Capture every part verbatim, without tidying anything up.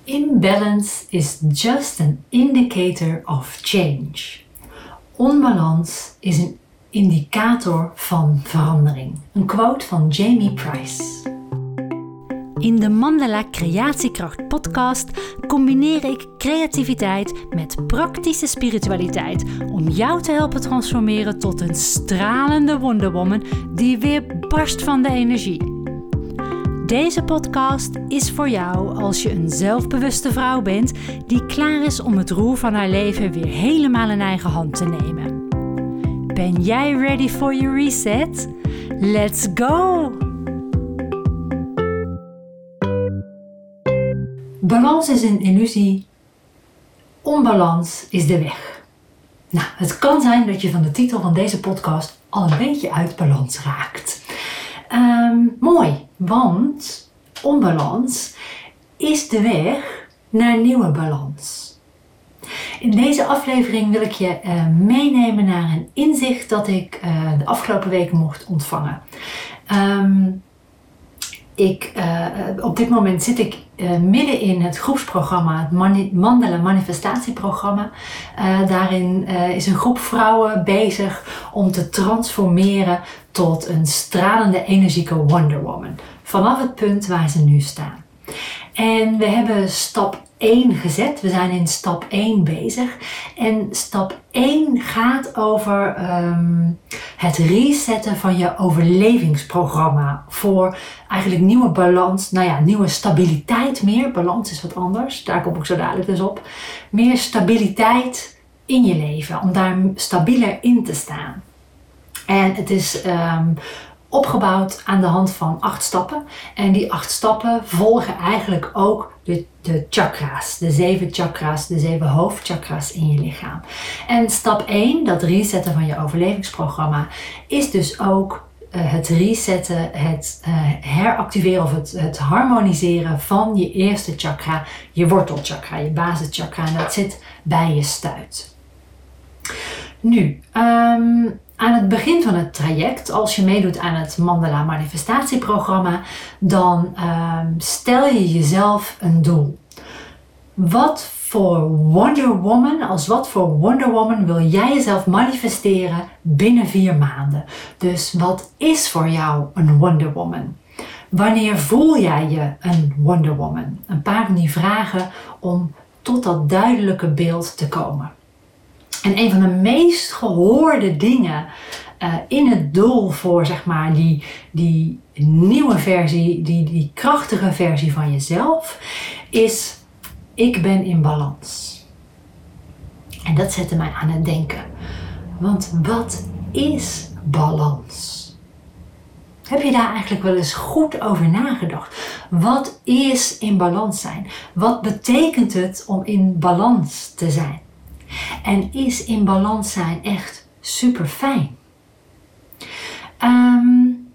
Imbalance is just an indicator of change. Onbalans is een indicator van verandering. Een quote van Jamie Price. In de Mandala Creatiekracht podcast combineer ik creativiteit met praktische spiritualiteit om jou te helpen transformeren tot een stralende Wonder Woman die weer barst van de energie. Deze podcast is voor jou als je een zelfbewuste vrouw bent die klaar is om het roer van haar leven weer helemaal in eigen hand te nemen. Ben jij ready for your reset? Let's go! Balans is een illusie, onbalans is de weg. Nou, het kan zijn dat je van de titel van deze podcast al een beetje uit balans raakt. Um, mooi, want onbalans is de weg naar nieuwe balans. In deze aflevering wil ik je uh, meenemen naar een inzicht dat ik uh, de afgelopen weken mocht ontvangen. Um, ik, uh, op dit moment zit ik uh, midden in het groepsprogramma, het Mani- Mandala Manifestatieprogramma. Uh, daarin uh, is een groep vrouwen bezig om te transformeren tot een stralende, energieke Wonder Woman. Vanaf het punt waar ze nu staan. En we hebben stap één gezet. We zijn in stap één bezig. En stap één gaat over um, het resetten van je overlevingsprogramma. Voor eigenlijk nieuwe balans, nou ja, nieuwe stabiliteit meer. Balans is wat anders, daar kom ik zo dadelijk dus op. Meer stabiliteit in je leven, om daar stabieler in te staan. En het is um, opgebouwd aan de hand van acht stappen. En die acht stappen volgen eigenlijk ook de, de chakra's. De zeven chakra's, de zeven hoofdchakra's in je lichaam. En stap één, dat resetten van je overlevingsprogramma, is dus ook uh, het resetten, het uh, heractiveren of het, het harmoniseren van je eerste chakra, je wortelchakra, je basischakra. En dat zit bij je stuit. Nu, um, aan het begin van het traject, als je meedoet aan het Mandala Manifestatieprogramma, dan um, stel je jezelf een doel. Wat voor Wonder Woman, als wat voor Wonder Woman wil jij jezelf manifesteren binnen vier maanden? Dus wat is voor jou een Wonder Woman? Wanneer voel jij je een Wonder Woman? Een paar van die vragen om tot dat duidelijke beeld te komen. En een van de meest gehoorde dingen uh, in het doel voor zeg maar die, die nieuwe versie, die, die krachtige versie van jezelf, is: ik ben in balans. En dat zette mij aan het denken. Want wat is balans? Heb je daar eigenlijk wel eens goed over nagedacht? Wat is in balans zijn? Wat betekent het om in balans te zijn? En is in balans zijn echt super fijn? Um,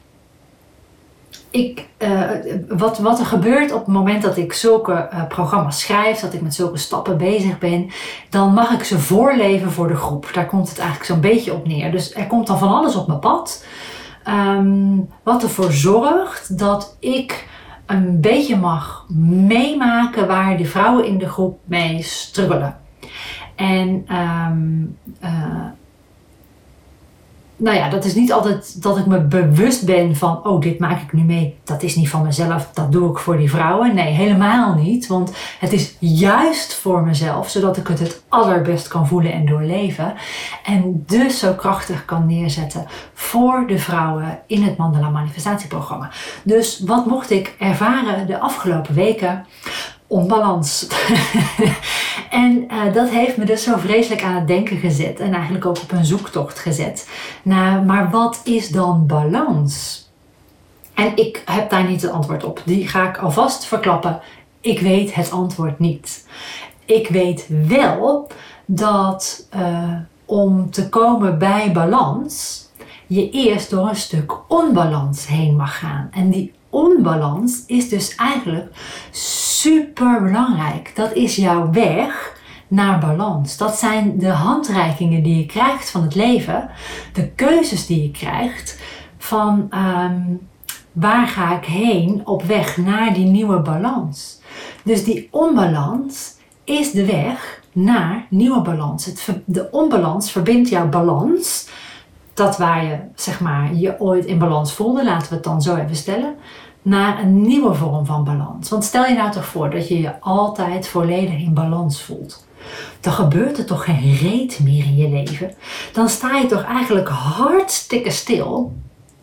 ik, uh, wat, wat er gebeurt op het moment dat ik zulke uh, programma's schrijf, dat ik met zulke stappen bezig ben, dan mag ik ze voorleven voor de groep. Daar komt het eigenlijk zo'n beetje op neer. Dus er komt dan van alles op mijn pad. Um, wat ervoor zorgt dat ik een beetje mag meemaken waar de vrouwen in de groep mee struggelen. En um, uh, nou ja, dat is niet altijd dat ik me bewust ben van, oh, dit maak ik nu mee. Dat is niet van mezelf, dat doe ik voor die vrouwen. Nee, helemaal niet. Want het is juist voor mezelf, zodat ik het het allerbest kan voelen en doorleven. En dus zo krachtig kan neerzetten voor de vrouwen in het Mandala Manifestatieprogramma. Dus wat mocht ik ervaren de afgelopen weken? Onbalans. En uh, dat heeft me dus zo vreselijk aan het denken gezet. En eigenlijk ook op een zoektocht gezet. Naar, maar wat is dan balans? En ik heb daar niet het antwoord op. Die ga ik alvast verklappen. Ik weet het antwoord niet. Ik weet wel dat uh, om te komen bij balans, je eerst door een stuk onbalans heen mag gaan. En die onbalans is dus eigenlijk super belangrijk. Dat is jouw weg naar balans. Dat zijn de handreikingen die je krijgt van het leven. De keuzes die je krijgt van um, waar ga ik heen op weg naar die nieuwe balans. Dus die onbalans is de weg naar nieuwe balans. Het, de onbalans verbindt jouw balans, dat waar je zeg maar, je ooit in balans voelde, laten we het dan zo even stellen, naar een nieuwe vorm van balans. Want stel je nou toch voor dat je je altijd volledig in balans voelt. Dan gebeurt er toch geen reet meer in je leven. Dan sta je toch eigenlijk hartstikke stil.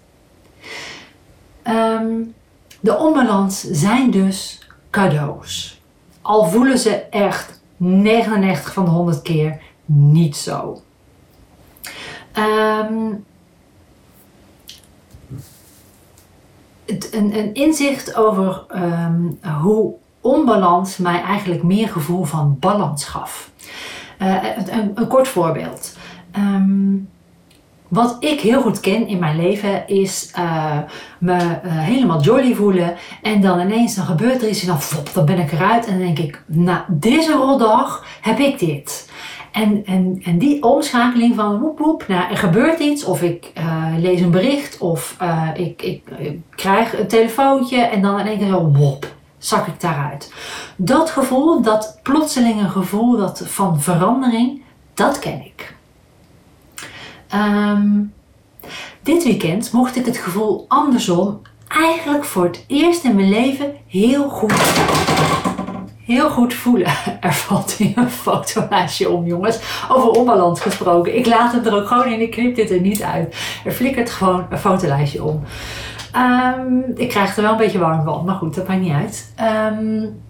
Um, de onbalans zijn dus cadeaus. Al voelen ze echt negenennegentig van de honderd keer niet zo. Um, het, een, een inzicht over um, hoe onbalans mij eigenlijk meer gevoel van balans gaf. Uh, een, een kort voorbeeld. Um, wat ik heel goed ken in mijn leven is uh, me uh, helemaal jolly voelen en dan ineens dan gebeurt er iets en dan, flop, dan ben ik eruit en dan denk ik, nou, deze roldag heb ik dit. En, en, en die omschakeling van woep woep, nou, er gebeurt iets of ik uh, lees een bericht of uh, ik, ik, ik krijg een telefoontje en dan in één keer zo wop, zak ik daaruit. Dat gevoel, dat plotselinge gevoel dat van verandering, dat ken ik. Um, dit weekend mocht ik het gevoel andersom eigenlijk voor het eerst in mijn leven heel goed, heel goed voelen. Er valt hier een fotolijstje om, jongens. Over onbalans gesproken. Ik laat het er ook gewoon in, ik knip dit er niet uit. Er flikkert gewoon een fotolijstje om. Um, ik krijg er wel een beetje warm van, maar goed, dat maakt niet uit. Um,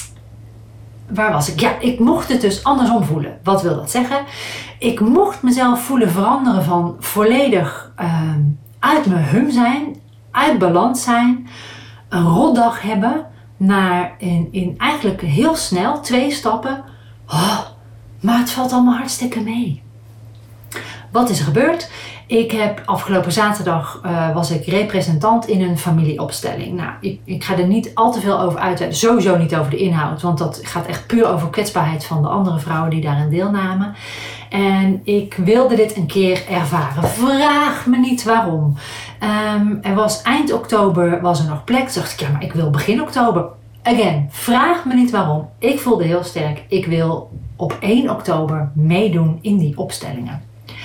waar was ik? Ja, ik mocht het dus andersom voelen. Wat wil dat zeggen? Ik mocht mezelf voelen veranderen van volledig um, uit mijn hum zijn, uit balans zijn, een rotdag hebben, naar in, in eigenlijk heel snel twee stappen. Oh, maar het valt allemaal hartstikke mee. Wat is er gebeurd? Ik heb afgelopen zaterdag uh, was ik representant in een familieopstelling. Nou, ik, ik ga er niet al te veel over uitweiden. Sowieso niet over de inhoud, want dat gaat echt puur over kwetsbaarheid van de andere vrouwen die daarin deelnamen. En ik wilde dit een keer ervaren. Vraag me niet waarom. Um, er was eind oktober was er nog plek. Toen dacht ik, ja, maar ik wil begin oktober. Again, vraag me niet waarom. Ik voelde heel sterk. Ik wil op één oktober meedoen in die opstellingen.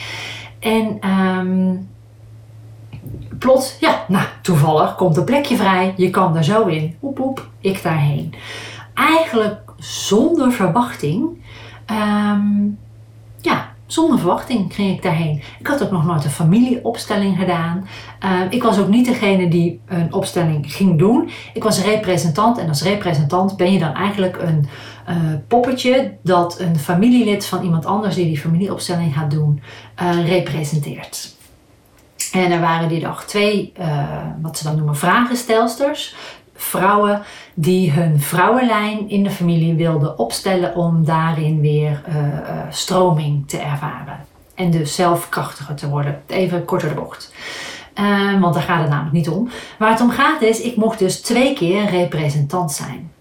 En um, plots, ja, nou, toevallig komt een plekje vrij. Je kan er zo in. Oep, oep, ik daarheen. Eigenlijk zonder verwachting. Um, ja, zonder verwachting ging ik daarheen. Ik had ook nog nooit een familieopstelling gedaan. Uh, ik was ook niet degene die een opstelling ging doen. Ik was representant en als representant ben je dan eigenlijk een uh, poppetje dat een familielid van iemand anders die die familieopstelling gaat doen, uh, representeert. En er waren die dag twee, uh, wat ze dan noemen, vragenstelsters. Vrouwen die hun vrouwenlijn in de familie wilden opstellen om daarin weer uh, uh, stroming te ervaren. En dus zelf krachtiger te worden. Even korter de bocht. Uh, want daar gaat het namelijk niet om. Waar het om gaat is, ik mocht dus twee keer representant zijn.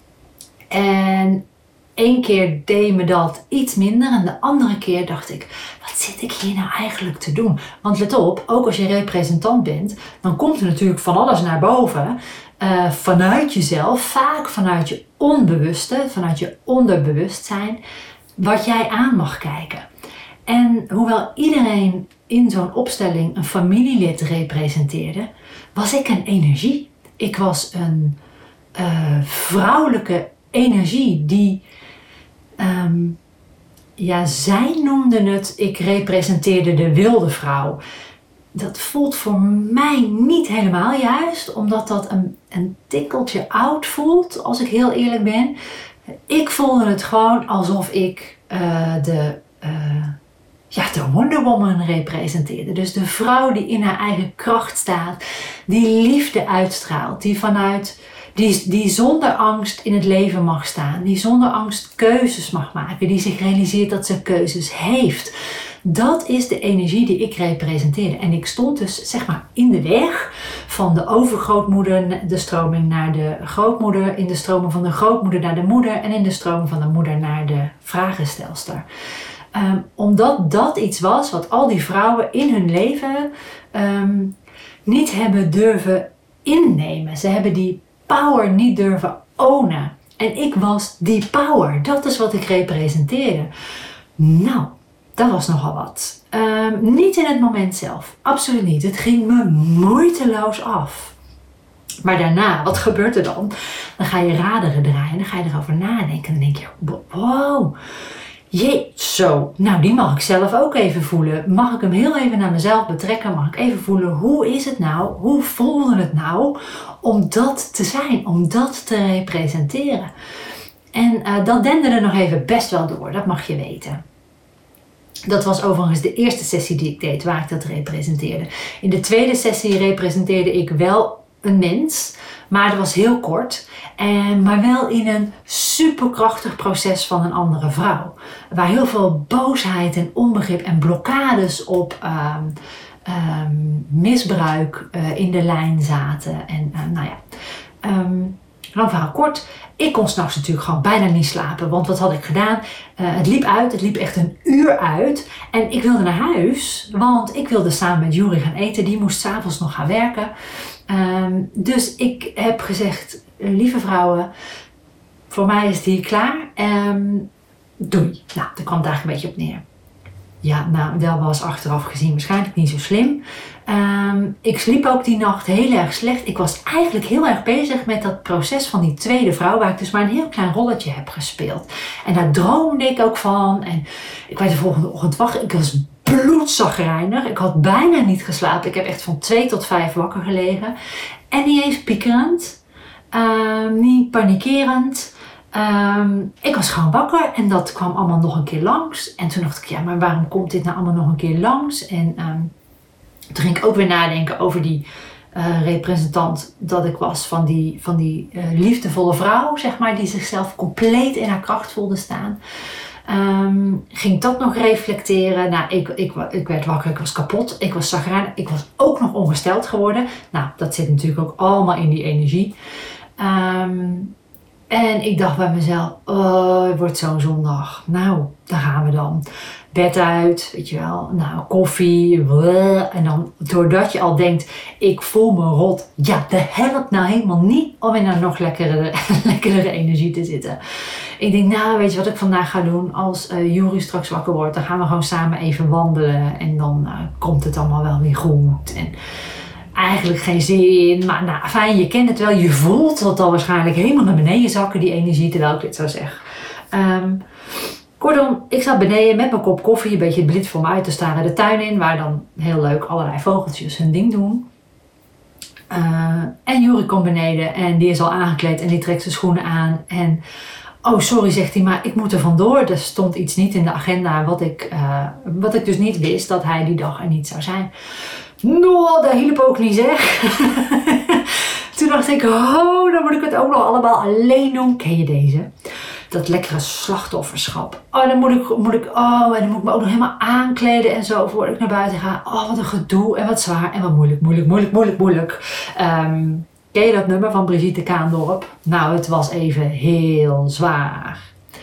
En één keer deed me dat iets minder en de andere keer dacht ik, wat zit ik hier nou eigenlijk te doen? Want let op, ook als je representant bent, dan komt er natuurlijk van alles naar boven. Uh, vanuit jezelf, vaak vanuit je onbewuste, vanuit je onderbewustzijn, wat jij aan mag kijken. En hoewel iedereen in zo'n opstelling een familielid representeerde, was ik een energie. Ik was een uh, vrouwelijke energie die, um, ja, zij noemden het, ik representeerde de wilde vrouw. Dat voelt voor mij niet helemaal juist, omdat dat een, een tikkeltje oud voelt, als ik heel eerlijk ben. Ik voelde het gewoon alsof ik uh, de, uh, ja, de Wonder Woman representeerde. Dus de vrouw die in haar eigen kracht staat, die liefde uitstraalt, die vanuit, die, die zonder angst in het leven mag staan, die zonder angst keuzes mag maken, die zich realiseert dat ze keuzes heeft. Dat is de energie die ik representeerde. En ik stond dus zeg maar in de weg van de overgrootmoeder, de stroming naar de grootmoeder, in de stroming van de grootmoeder naar de moeder en in de stroming van de moeder naar de vragenstelster. Um, omdat dat iets was wat al die vrouwen in hun leven um, niet hebben durven innemen. Ze hebben die power niet durven ownen. En ik was die power. Dat is wat ik representeerde. Nou, dat was nogal wat. Um, niet in het moment zelf. Absoluut niet. Het ging me moeiteloos af. Maar daarna, wat gebeurt er dan? Dan ga je raderen draaien. Dan ga je erover nadenken. En dan denk je, wow. Jee, zo. Nou, die mag ik zelf ook even voelen. Mag ik hem heel even naar mezelf betrekken? Mag ik even voelen, hoe is het nou? Hoe voelde het nou om dat te zijn? Om dat te representeren? En uh, dat denderde nog even best wel door. Dat mag je weten. Dat was overigens de eerste sessie die ik deed, waar ik dat representeerde. In de tweede sessie representeerde ik wel een mens, maar dat was heel kort. En, maar wel in een superkrachtig proces van een andere vrouw. Waar heel veel boosheid en onbegrip en blokkades op um, um, misbruik uh, in de lijn zaten. En uh, nou ja, um, lang verhaal kort. Ik kon 's nachts natuurlijk gewoon bijna niet slapen. Want wat had ik gedaan? Uh, het liep uit. Het liep echt een uur uit. En ik wilde naar huis. Want ik wilde samen met Juri gaan eten. Die moest 's avonds nog gaan werken. Um, dus ik heb gezegd, lieve vrouwen, voor mij is die klaar. Um, doei. Nou, daar kwam het eigenlijk een beetje op neer. Ja, nou, dat was achteraf gezien waarschijnlijk niet zo slim. Um, ik sliep ook die nacht heel erg slecht. Ik was eigenlijk heel erg bezig met dat proces van die tweede vrouw, waar ik dus maar een heel klein rolletje heb gespeeld. En daar droomde ik ook van. En ik werd de volgende ochtend wakker. Ik was bloedzagrijnig. Ik had bijna niet geslapen. Ik heb echt van twee tot vijf wakker gelegen. En niet eens piekerend. Um, niet panikerend. Um, ik was gewoon wakker en dat kwam allemaal nog een keer langs. En toen dacht ik, ja, maar waarom komt dit nou allemaal nog een keer langs? En um, toen ging ik ook weer nadenken over die uh, representant dat ik was van die, van die uh, liefdevolle vrouw, zeg maar, die zichzelf compleet in haar kracht voelde staan. Um, ging dat nog reflecteren. Nou, ik, ik, ik werd wakker, ik was kapot, ik was chagrijnig, ik was ook nog ongesteld geworden. Nou, dat zit natuurlijk ook allemaal in die energie. Um, En ik dacht bij mezelf, oh, het wordt zo'n zondag. Nou, daar gaan we dan. Bed uit, weet je wel. Nou, koffie. Bleh. En dan, doordat je al denkt, ik voel me rot. Ja, dat helpt nou helemaal niet om in een nog lekkere, lekkere energie te zitten. Ik denk, nou, weet je wat ik vandaag ga doen? Als uh, Juri straks wakker wordt, dan gaan we gewoon samen even wandelen. En dan uh, komt het allemaal wel weer goed. En eigenlijk geen zin, maar nou fijn, je kent het wel. Je voelt dat al waarschijnlijk helemaal naar beneden zakken, die energie, terwijl ik dit zo zeg. Um, kortom, ik zat beneden met mijn kop koffie, een beetje het blitz voor me uit te staren de tuin in, waar dan heel leuk allerlei vogeltjes hun ding doen. Uh, en Juri komt beneden en die is al aangekleed en die trekt zijn schoenen aan. En oh, sorry, zegt hij, maar ik moet er vandoor. Er stond iets niet in de agenda wat ik, uh, wat ik dus niet wist, dat hij die dag er niet zou zijn. Nou, dat hielp ook niet, zeg. Toen dacht ik, oh, dan moet ik het ook nog allemaal alleen doen. Ken je deze? Dat lekkere slachtofferschap. Oh, dan moet ik, moet ik, oh, en dan moet ik me ook nog helemaal aankleden en zo voordat ik naar buiten ga. Oh, wat een gedoe en wat zwaar en wat moeilijk, moeilijk, moeilijk, moeilijk, moeilijk. Um, ken je dat nummer van Brigitte Kaandorp? Nou, het was even heel zwaar.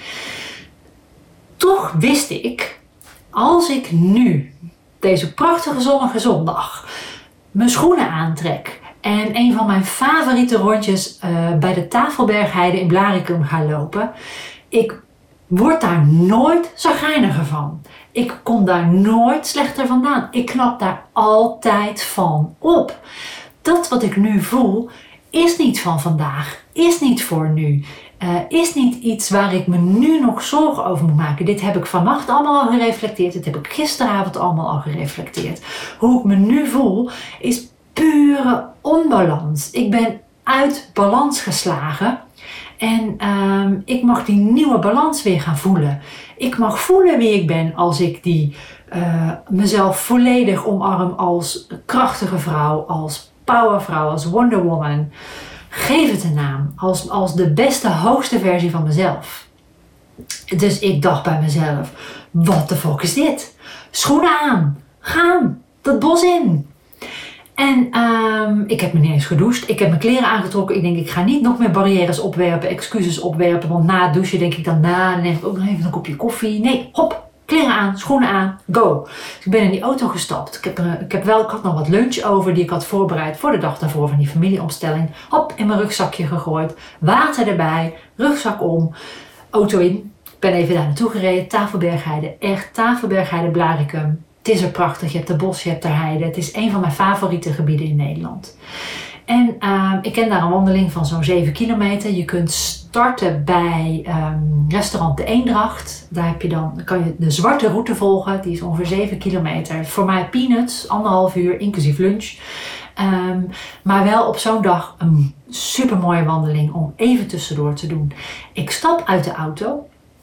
Toch wist ik, als ik nu deze prachtige zonnige zondag mijn schoenen aantrek en een van mijn favoriete rondjes uh, bij de Tafelbergheide in Blaricum ga lopen, ik word daar nooit chagrijniger van. Ik kom daar nooit slechter vandaan. Ik knap daar altijd van op. Dat wat ik nu voel is niet van vandaag, is niet voor nu. Uh, is niet iets waar ik me nu nog zorgen over moet maken. Dit heb ik vannacht allemaal al gereflecteerd. Dit heb ik gisteravond allemaal al gereflecteerd. Hoe ik me nu voel is pure onbalans. Ik ben uit balans geslagen. En uh, ik mag die nieuwe balans weer gaan voelen. Ik mag voelen wie ik ben als ik die uh, mezelf volledig omarm als krachtige vrouw, als powervrouw, als Wonder Woman. Geef het een naam, als, als de beste, hoogste versie van mezelf. Dus ik dacht bij mezelf, wat de fuck is dit? Schoenen aan, gaan, dat bos in. En um, ik heb me niet eens gedoucht, ik heb mijn kleren aangetrokken. Ik denk, ik ga niet nog meer barrières opwerpen, excuses opwerpen. Want na het douchen denk ik dan, na, dan neem ik ook nog even een kopje koffie. Nee, hop, kleren aan, schoenen aan, go. Dus ik ben in die auto gestapt. Ik, heb er, ik, heb wel, ik had nog wat lunch over die ik had voorbereid voor de dag daarvoor van die familieopstelling. Hop, in mijn rugzakje gegooid. Water erbij, rugzak om, auto in. Ik ben even daar naartoe gereden. Tafelbergheide, echt Tafelbergheide, Blaricum. Het is er prachtig. Je hebt de bos, je hebt de heide. Het is een van mijn favoriete gebieden in Nederland. En uh, ik ken daar een wandeling van zo'n zeven kilometer. Je kunt starten bij um, restaurant De Eendracht. Daar heb je dan, kan je de zwarte route volgen. Die is ongeveer zeven kilometer. Voor mij peanuts, anderhalf uur, inclusief lunch. Um, maar wel op zo'n dag een super mooie wandeling om even tussendoor te doen. Ik stap uit de auto.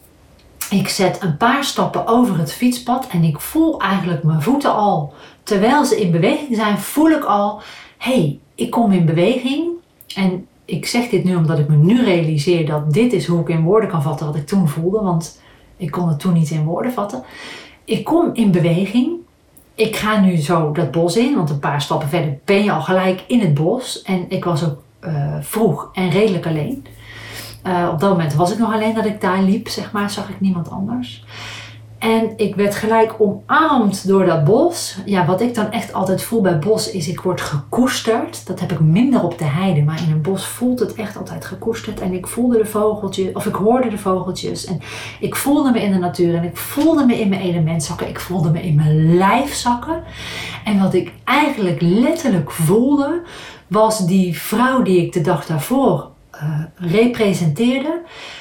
Ik zet een paar stappen over het fietspad. En ik voel eigenlijk mijn voeten al. Terwijl ze in beweging zijn, voel ik al... Hey, ik kom in beweging en ik zeg dit nu omdat ik me nu realiseer dat dit is hoe ik in woorden kan vatten wat ik toen voelde, want ik kon het toen niet in woorden vatten. Ik kom in beweging, ik ga nu zo dat bos in, want een paar stappen verder ben je al gelijk in het bos en ik was ook uh, vroeg en redelijk alleen. Uh, op dat moment was ik nog alleen dat ik daar liep, zeg maar, zag ik niemand anders. En ik werd gelijk omarmd door dat bos. Ja, wat ik dan echt altijd voel bij bos is, ik word gekoesterd. Dat heb ik minder op de heide, maar in een bos voelt het echt altijd gekoesterd. En ik voelde de vogeltjes, of ik hoorde de vogeltjes. En ik voelde me in de natuur en ik voelde me in mijn element zakken. Ik voelde me in mijn lijf zakken. En wat ik eigenlijk letterlijk voelde, was die vrouw die ik de dag daarvoor uh, representeerde.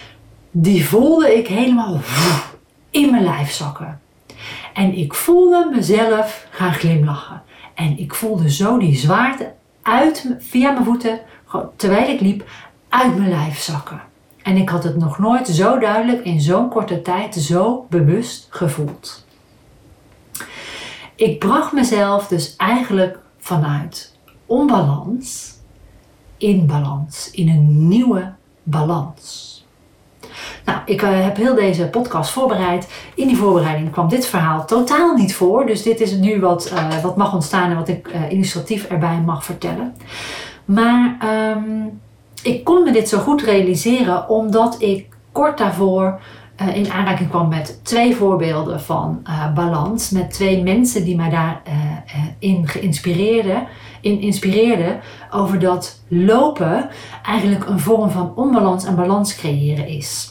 Die voelde ik helemaal... in mijn lijf zakken. En ik voelde mezelf gaan glimlachen. En ik voelde zo die zwaarte uit, via mijn voeten, terwijl ik liep, uit mijn lijf zakken. En ik had het nog nooit zo duidelijk in zo'n korte tijd zo bewust gevoeld. Ik bracht mezelf dus eigenlijk vanuit onbalans in balans, in een nieuwe balans. Nou, ik uh, heb heel deze podcast voorbereid. In die voorbereiding kwam dit verhaal totaal niet voor. Dus dit is nu wat, uh, wat mag ontstaan en wat ik uh, illustratief erbij mag vertellen. Maar um, ik kon me dit zo goed realiseren omdat ik kort daarvoor uh, in aanraking kwam met twee voorbeelden van uh, balans. Met twee mensen die mij daarin uh, geïnspireerden. In inspireerde over dat lopen eigenlijk een vorm van onbalans en balans creëren is.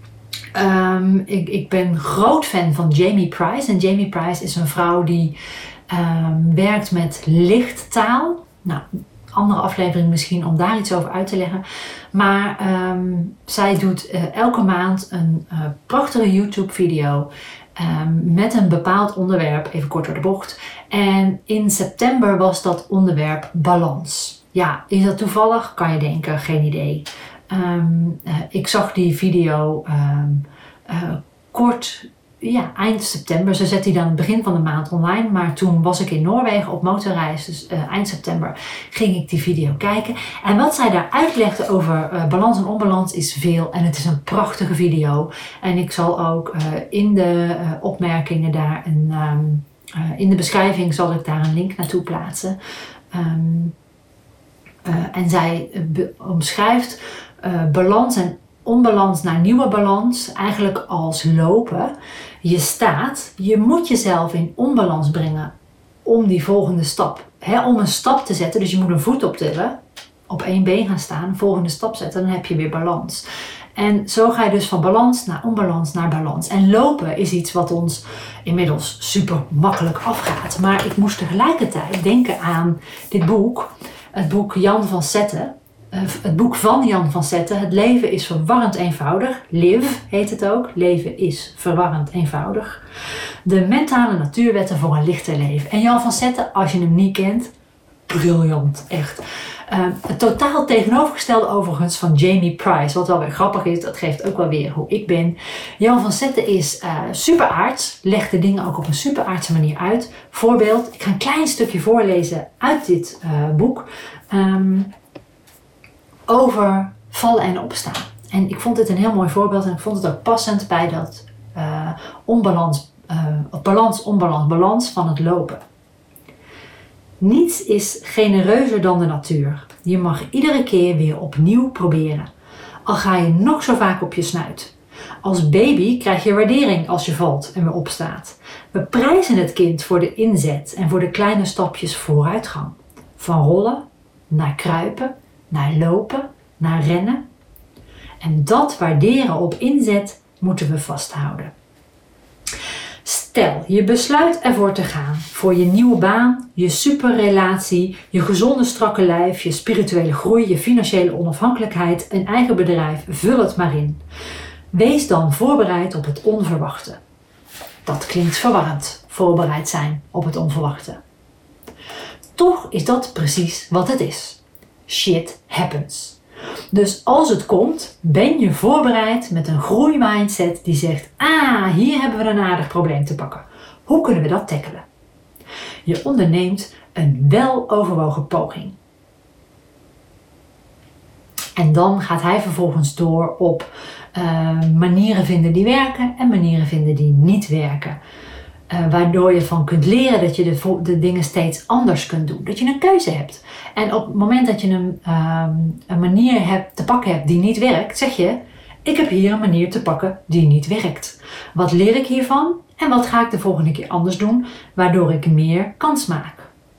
Um, ik, ik ben groot fan van Jamie Price. En Jamie Price is een vrouw die um, werkt met lichttaal. Nou, andere aflevering misschien om daar iets over uit te leggen. Maar um, zij doet uh, elke maand een uh, prachtige YouTube video. Um, met een bepaald onderwerp, even kort door de bocht. En in september was dat onderwerp balans. Ja, is dat toevallig? Kan je denken, geen idee. Um, uh, ik zag die video um, uh, kort, ja, eind september. Ze zet die dan het begin van de maand online. Maar toen was ik in Noorwegen op motorreis. Dus uh, eind september ging ik die video kijken. En wat zij daar uitlegde over uh, balans en onbalans is veel. En het is een prachtige video. En ik zal ook uh, in de uh, opmerkingen daar, een, um, uh, in de beschrijving zal ik daar een link naartoe plaatsen. Um, uh, en zij uh, be- omschrijft uh, balans en onbalans naar nieuwe balans, eigenlijk als lopen. Je staat, je moet jezelf in onbalans brengen om die volgende stap, hè, om een stap te zetten. Dus je moet een voet optillen, op één been gaan staan, volgende stap zetten, dan heb je weer balans. En zo ga je dus van balans naar onbalans naar balans. En lopen is iets wat ons inmiddels super makkelijk afgaat. Maar ik moest tegelijkertijd denken aan dit boek, het boek Jan van Zetten. Uh, het boek van Jan van Zetten, Het leven is verwarrend eenvoudig. Live heet het ook. Leven is verwarrend eenvoudig. De mentale natuurwetten voor een lichter leven. En Jan van Zetten, als je hem niet kent, briljant, echt. Uh, het totaal tegenovergestelde overigens van Jamie Price. Wat wel weer grappig is, dat geeft ook wel weer hoe ik ben. Jan van Zetten is uh, superaards. Legt de dingen ook op een superaardse manier uit. Voorbeeld, ik ga een klein stukje voorlezen uit dit uh, boek. Um, over vallen en opstaan. En ik vond dit een heel mooi voorbeeld en ik vond het ook passend bij dat uh, onbalans, uh, balans, onbalans, balans van het lopen. Niets is genereuzer dan de natuur. Je mag iedere keer weer opnieuw proberen. Al ga je nog zo vaak op je snuit. Als baby krijg je waardering als je valt en weer opstaat. We prijzen het kind voor de inzet en voor de kleine stapjes vooruitgang. Van rollen naar kruipen, naar lopen, naar rennen. En dat waarderen op inzet moeten we vasthouden. Stel, je besluit ervoor te gaan. Voor je nieuwe baan, je superrelatie, je gezonde strakke lijf, je spirituele groei, je financiële onafhankelijkheid, een eigen bedrijf. Vul het maar in. Wees dan voorbereid op het onverwachte. Dat klinkt verwarrend, voorbereid zijn op het onverwachte. Toch is dat precies wat het is. Shit happens. Dus als het komt, ben je voorbereid met een groeimindset die zegt: ah, hier hebben we een aardig probleem te pakken. Hoe kunnen we dat tackelen? Je onderneemt een weloverwogen poging. En dan gaat hij vervolgens door op uh, manieren vinden die werken en manieren vinden die niet werken. Uh, waardoor je van kunt leren dat je de, de dingen steeds anders kunt doen. Dat je een keuze hebt. En op het moment dat je een, um, een manier hebt, te pakken hebt die niet werkt, zeg je: ik heb hier een manier te pakken die niet werkt. Wat leer ik hiervan en wat ga ik de volgende keer anders doen, waardoor ik meer kans maak?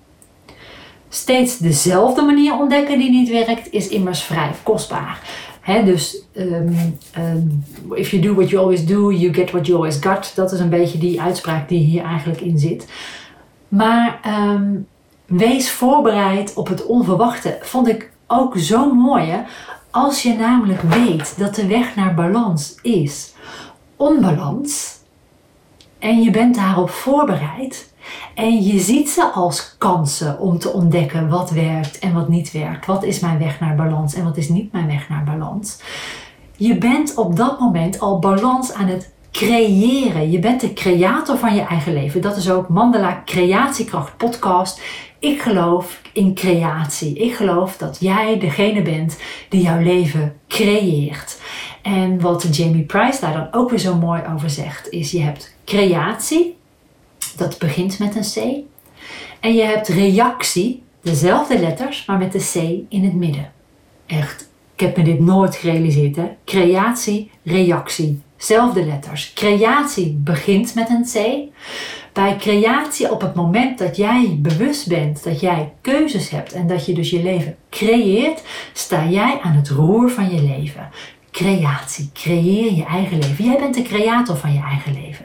Steeds dezelfde manier ontdekken die niet werkt is immers vrij kostbaar. He, dus um, um, if you do what you always do, you get what you always got. Dat is een beetje die uitspraak die hier eigenlijk in zit. Maar um, wees voorbereid op het onverwachte. Vond ik ook zo mooi. Hè? Als je namelijk weet dat de weg naar balans is onbalans. En je bent daarop voorbereid. En je ziet ze als kansen om te ontdekken wat werkt en wat niet werkt. Wat is mijn weg naar balans en wat is niet mijn weg naar balans. Je bent op dat moment al balans aan het creëren. Je bent de creator van je eigen leven. Dat is ook Mandala Creatiekracht podcast. Ik geloof in creatie. Ik geloof dat jij degene bent die jouw leven creëert. En wat Jamie Price daar dan ook weer zo mooi over zegt, is je hebt creatie. Dat begint met een C. En je hebt reactie, dezelfde letters, maar met de C in het midden. Echt, ik heb me dit nooit gerealiseerd. Hè? Creatie, reactie, zelfde letters. Creatie begint met een C. Bij creatie, op het moment dat jij bewust bent, dat jij keuzes hebt en dat je dus je leven creëert, sta jij aan het roer van je leven. Creatie, creëer je eigen leven. Jij bent de creator van je eigen leven.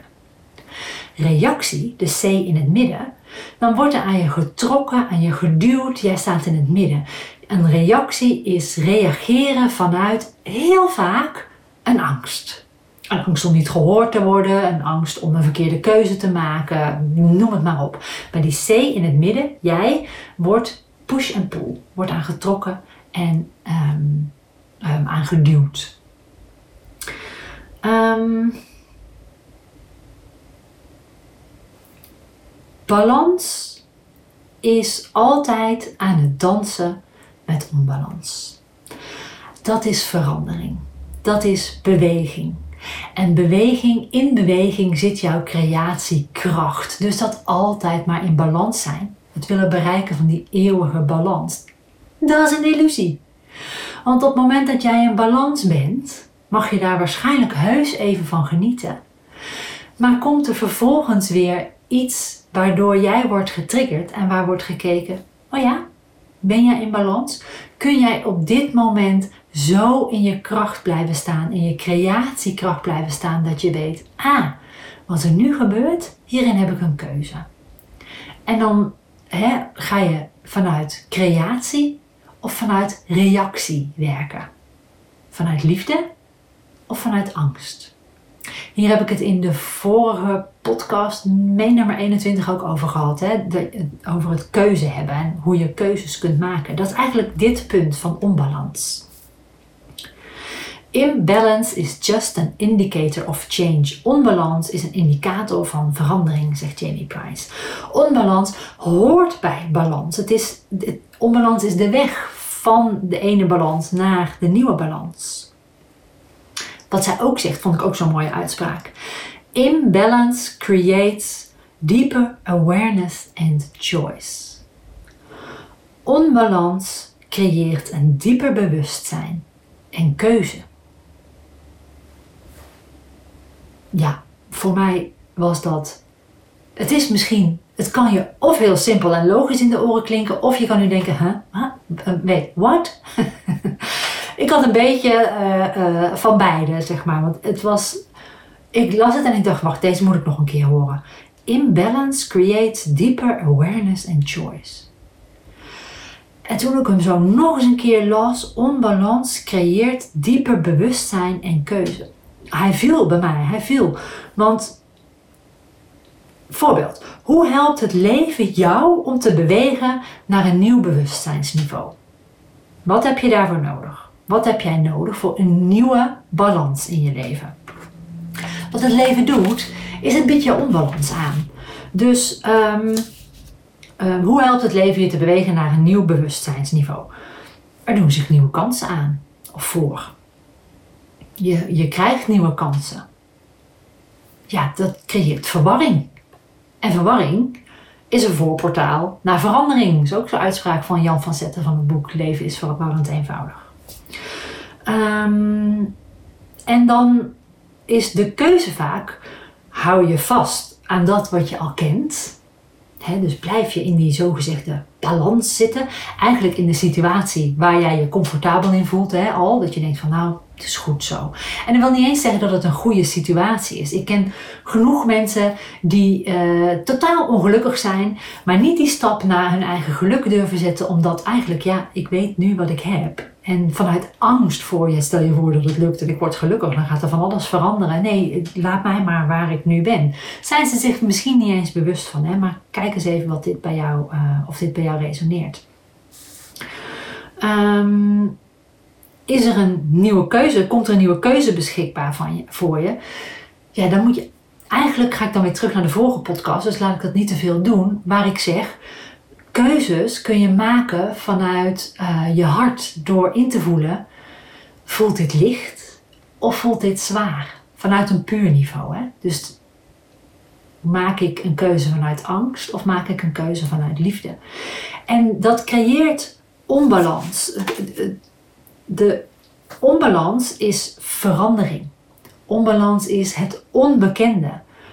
Reactie, de C in het midden, dan wordt er aan je getrokken, aan je geduwd, jij staat in het midden. Een reactie is reageren vanuit heel vaak een angst. Een angst om niet gehoord te worden, een angst om een verkeerde keuze te maken, noem het maar op. Maar die C in het midden, jij, wordt push en pull, wordt aangetrokken en um, um, aangeduwd. Um, Balans is altijd aan het dansen met onbalans. Dat is verandering. Dat is beweging. En beweging, in beweging zit jouw creatiekracht. Dus dat altijd maar in balans zijn. Het willen bereiken van die eeuwige balans. Dat is een illusie. Want op het moment dat jij in balans bent, mag je daar waarschijnlijk heus even van genieten. Maar komt er vervolgens weer iets waardoor jij wordt getriggerd en waar wordt gekeken: oh ja, ben jij in balans? Kun jij op dit moment zo in je kracht blijven staan, in je creatiekracht blijven staan, dat je weet: ah, wat er nu gebeurt, hierin heb ik een keuze. En dan hè, ga je vanuit creatie of vanuit reactie werken. Vanuit liefde of vanuit angst. Hier heb ik het in de vorige podcast, mee nummer eenentwintig, ook over gehad. Hè? De, over het keuze hebben en hoe je keuzes kunt maken. Dat is eigenlijk dit punt van onbalans. Imbalance is just an indicator of change. Onbalans is een indicator van verandering, zegt Jamie Price. Onbalans hoort bij balans. Het is, het, onbalans is de weg van de ene balans naar de nieuwe balans. Wat zij ook zegt, vond ik ook zo'n mooie uitspraak. Imbalance creates deeper awareness and choice. Onbalans creëert een dieper bewustzijn en keuze. ja, voor mij was dat... Het is misschien... Het kan je of heel simpel en logisch in de oren klinken, of je kan nu denken, huh? huh? Wait, what? Ik had een beetje uh, uh, van beide, zeg maar. Want het was... Ik las het en ik dacht, wacht, deze moet ik nog een keer horen. Imbalance creates deeper awareness and choice. En toen ik hem zo nog eens een keer las, onbalans creëert dieper bewustzijn en keuze. Hij viel bij mij, hij viel. Want, voorbeeld, hoe helpt het leven jou om te bewegen naar een nieuw bewustzijnsniveau? Wat heb je daarvoor nodig? Wat heb jij nodig voor een nieuwe balans in je leven? Wat het leven doet, is het biedt je onbalans aan. Dus um, um, hoe helpt het leven je te bewegen naar een nieuw bewustzijnsniveau? Er doen zich nieuwe kansen aan, of voor. Je, je krijgt nieuwe kansen. Ja, dat creëert verwarring. En verwarring is een voorportaal naar verandering. Dat is ook zo'n uitspraak van Jan van Zetten van het boek Leven is verwarrend eenvoudig. Um, en dan is de keuze vaak, hou je vast aan dat wat je al kent. He, dus blijf je in die zogezegde balans zitten. Eigenlijk in de situatie waar jij je comfortabel in voelt. He, al, dat je denkt van nou, het is goed zo. En dat wil niet eens zeggen dat het een goede situatie is. Ik ken genoeg mensen die uh, totaal ongelukkig zijn. Maar niet die stap naar hun eigen geluk durven zetten. Omdat eigenlijk, ja, ik weet nu wat ik heb. En vanuit angst voor je, stel je voor dat het lukt en ik word gelukkig, dan gaat er van alles veranderen. Nee, laat mij maar waar ik nu ben. Zijn ze zich misschien niet eens bewust van, hè? Maar kijk eens even wat dit bij jou, uh, of dit bij jou resoneert. Um, is er een nieuwe keuze, komt er een nieuwe keuze beschikbaar van je, voor je? Ja, dan moet je, eigenlijk ga ik dan weer terug naar de vorige podcast, dus laat ik dat niet te veel doen, waar ik zeg... Keuzes kun je maken vanuit uh, je hart door in te voelen, voelt dit licht of voelt dit zwaar? Vanuit een puur niveau. Hè? Dus maak ik een keuze vanuit angst of maak ik een keuze vanuit liefde? En dat creëert onbalans. De onbalans is verandering. Onbalans is het onbekende.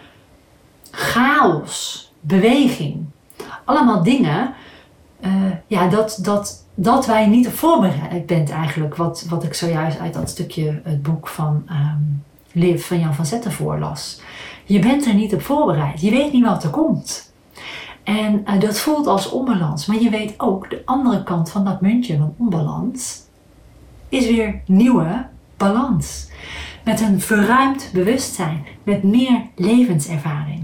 Chaos, beweging. Allemaal dingen, uh, ja, dat, dat, dat wij niet op voorbereid bent eigenlijk. Wat, wat ik zojuist uit dat stukje het boek van um, Liv van Jan van Zetten voorlas. Je bent er niet op voorbereid. Je weet niet wat er komt. En uh, dat voelt als onbalans. Maar je weet ook, de andere kant van dat muntje van onbalans is weer nieuwe balans. Met een verruimd bewustzijn. Met meer levenservaring.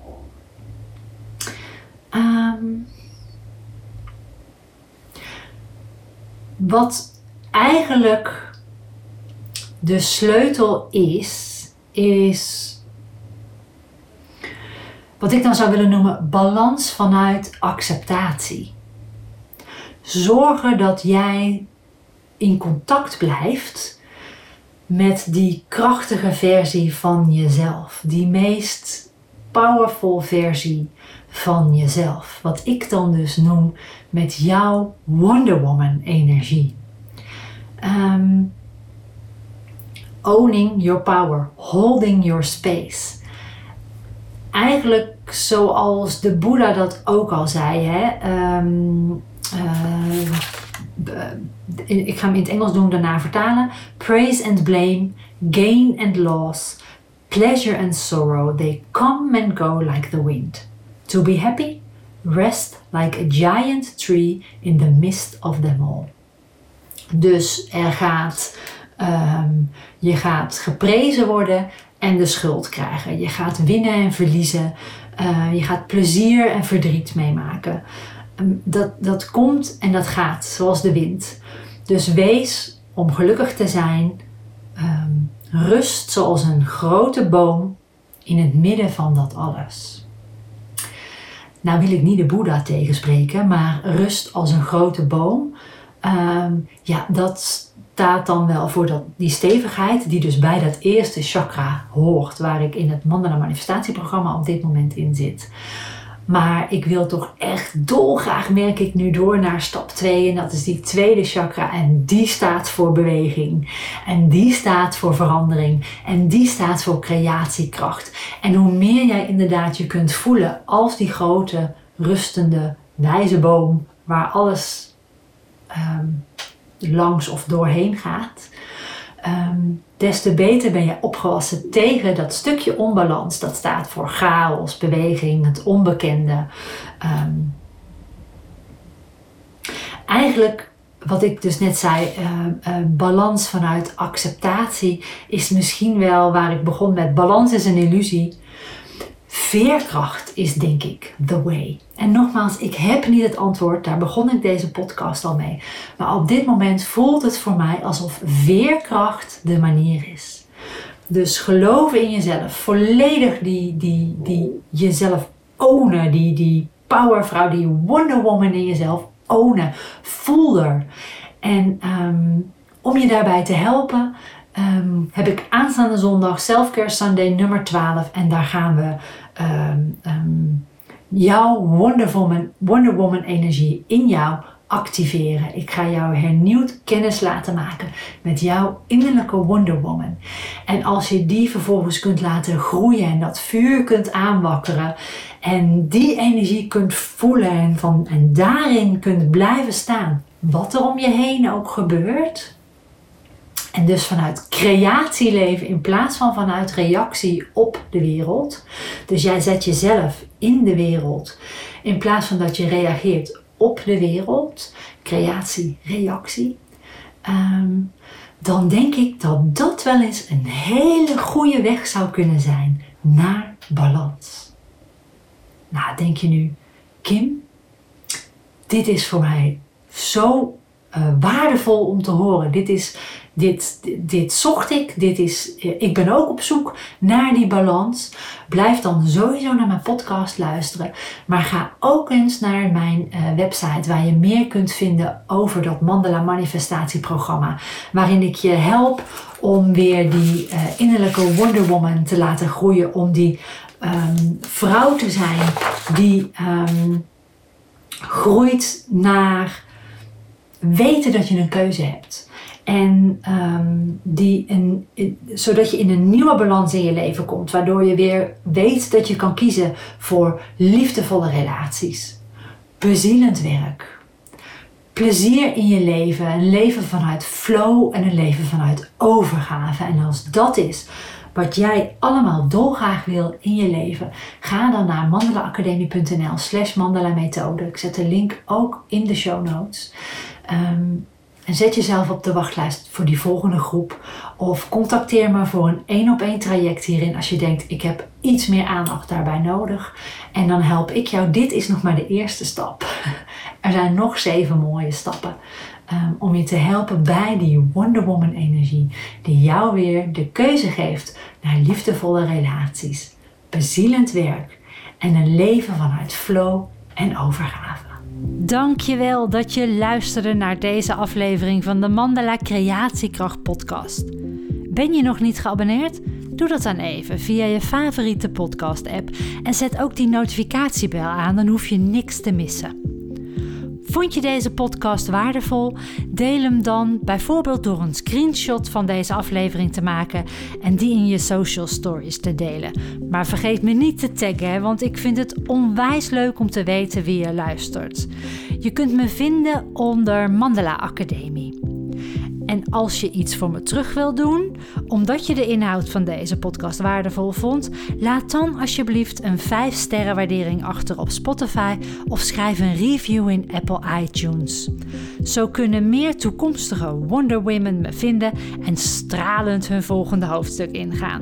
Um, wat eigenlijk de sleutel is, is wat ik dan zou willen noemen balans vanuit acceptatie. Zorgen dat jij in contact blijft met die krachtige versie van jezelf. Die meest powerful versie van jezelf. Wat ik dan dus noem met jouw Wonder Woman energie. Um, owning your power. Holding your space. Eigenlijk zoals de Boeddha dat ook al zei. Hè? Um, uh, ik ga hem in het Engels doen, daarna vertalen. Praise and blame, gain and loss, pleasure and sorrow, they come and go like the wind. To be happy, rest like a giant tree in the midst of them all. Dus er gaat, um, je gaat geprezen worden en de schuld krijgen. Je gaat winnen en verliezen. Uh, je gaat plezier en verdriet meemaken. Um, dat, dat komt en dat gaat, zoals de wind. Dus wees om gelukkig te zijn. Um, rust zoals een grote boom in het midden van dat alles. Nou wil ik niet de Boeddha tegenspreken, maar rust als een grote boom. Um, ja, dat staat dan wel voor dat, die stevigheid die dus bij dat eerste chakra hoort, waar ik in het Mandala manifestatieprogramma op dit moment in zit. Maar ik wil toch echt dolgraag, merk ik nu, door naar stap twee. En dat is die tweede chakra. En die staat voor beweging. En die staat voor verandering. En die staat voor creatiekracht. En hoe meer jij inderdaad je kunt voelen als die grote, rustende, wijze boom. Waar alles um, langs of doorheen gaat. Um, des te beter ben je opgewassen tegen dat stukje onbalans. Dat staat voor chaos, beweging, het onbekende. Um, eigenlijk, wat ik dus net zei, uh, uh, balans vanuit acceptatie is misschien wel waar ik begon met. Balans is een illusie. Veerkracht is, denk ik, the way. En nogmaals, ik heb niet het antwoord. Daar begon ik deze podcast al mee. Maar op dit moment voelt het voor mij alsof veerkracht de manier is. Dus geloven in jezelf. Volledig die, die, die jezelf ownen. Die, die powervrouw, die Wonder Woman in jezelf ownen. Voel er. En um, om je daarbij te helpen, Um, heb ik aanstaande zondag Self-Care Sunday nummer twaalf. En daar gaan we um, um, jouw Wonder Woman, Wonder Woman energie in jou activeren. Ik ga jou hernieuwd kennis laten maken met jouw innerlijke Wonder Woman. En als je die vervolgens kunt laten groeien en dat vuur kunt aanwakkeren en die energie kunt voelen en, van, en daarin kunt blijven staan, wat er om je heen ook gebeurt. En dus vanuit creatie leven in plaats van vanuit reactie op de wereld. Dus jij zet jezelf in de wereld in plaats van dat je reageert op de wereld. Creatie, reactie. Um, dan denk ik dat dat wel eens een hele goede weg zou kunnen zijn naar balans. Nou, denk je nu, Kim, dit is voor mij zo uh, waardevol om te horen. Dit is... Dit, dit, dit zocht ik, dit is, ik ben ook op zoek naar die balans. Blijf dan sowieso naar mijn podcast luisteren. Maar ga ook eens naar mijn uh, website waar je meer kunt vinden over dat Mandala manifestatieprogramma. Waarin ik je help om weer die uh, innerlijke Wonder Woman te laten groeien. Om die um, vrouw te zijn die um, groeit naar weten dat je een keuze hebt. En um, die een, zodat je in een nieuwe balans in je leven komt. Waardoor je weer weet dat je kan kiezen voor liefdevolle relaties. Bezielend werk. Plezier in je leven. Een leven vanuit flow en een leven vanuit overgave. En als dat is wat jij allemaal dolgraag wil in je leven, ga dan naar mandalaacademie.nl slash mandalamethode. Ik zet de link ook in de show notes. Um, En zet jezelf op de wachtlijst voor die volgende groep. Of contacteer me voor een één op één traject hierin als je denkt, ik heb iets meer aandacht daarbij nodig. En dan help ik jou. Dit is nog maar de eerste stap. Er zijn nog zeven mooie stappen. Um, om je te helpen bij die Wonder Woman energie. Die jou weer de keuze geeft naar liefdevolle relaties. Bezielend werk. En een leven vanuit flow en overgave. Dankjewel dat je luisterde naar deze aflevering van de Mandala Creatiekracht podcast. Ben je nog niet geabonneerd? Doe dat dan even via je favoriete podcast app en zet ook die notificatiebel aan, dan hoef je niks te missen. Vond je deze podcast waardevol? Deel hem dan bijvoorbeeld door een screenshot van deze aflevering te maken en die in je social stories te delen. Maar vergeet me niet te taggen, want ik vind het onwijs leuk om te weten wie je luistert. Je kunt me vinden onder Mandala Academie. En als je iets voor me terug wil doen, omdat je de inhoud van deze podcast waardevol vond, laat dan alsjeblieft een vijf sterren waardering achter op Spotify of schrijf een review in Apple iTunes. Zo kunnen meer toekomstige Wonder Women me vinden en stralend hun volgende hoofdstuk ingaan.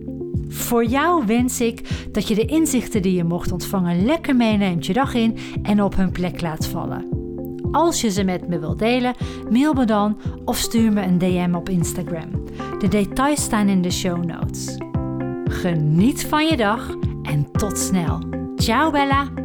Voor jou wens ik dat je de inzichten die je mocht ontvangen lekker meeneemt je dag in en op hun plek laat vallen. Als je ze met me wilt delen, mail me dan of stuur me een D M op Instagram. De details staan in de show notes. Geniet van je dag en tot snel. Ciao Bella!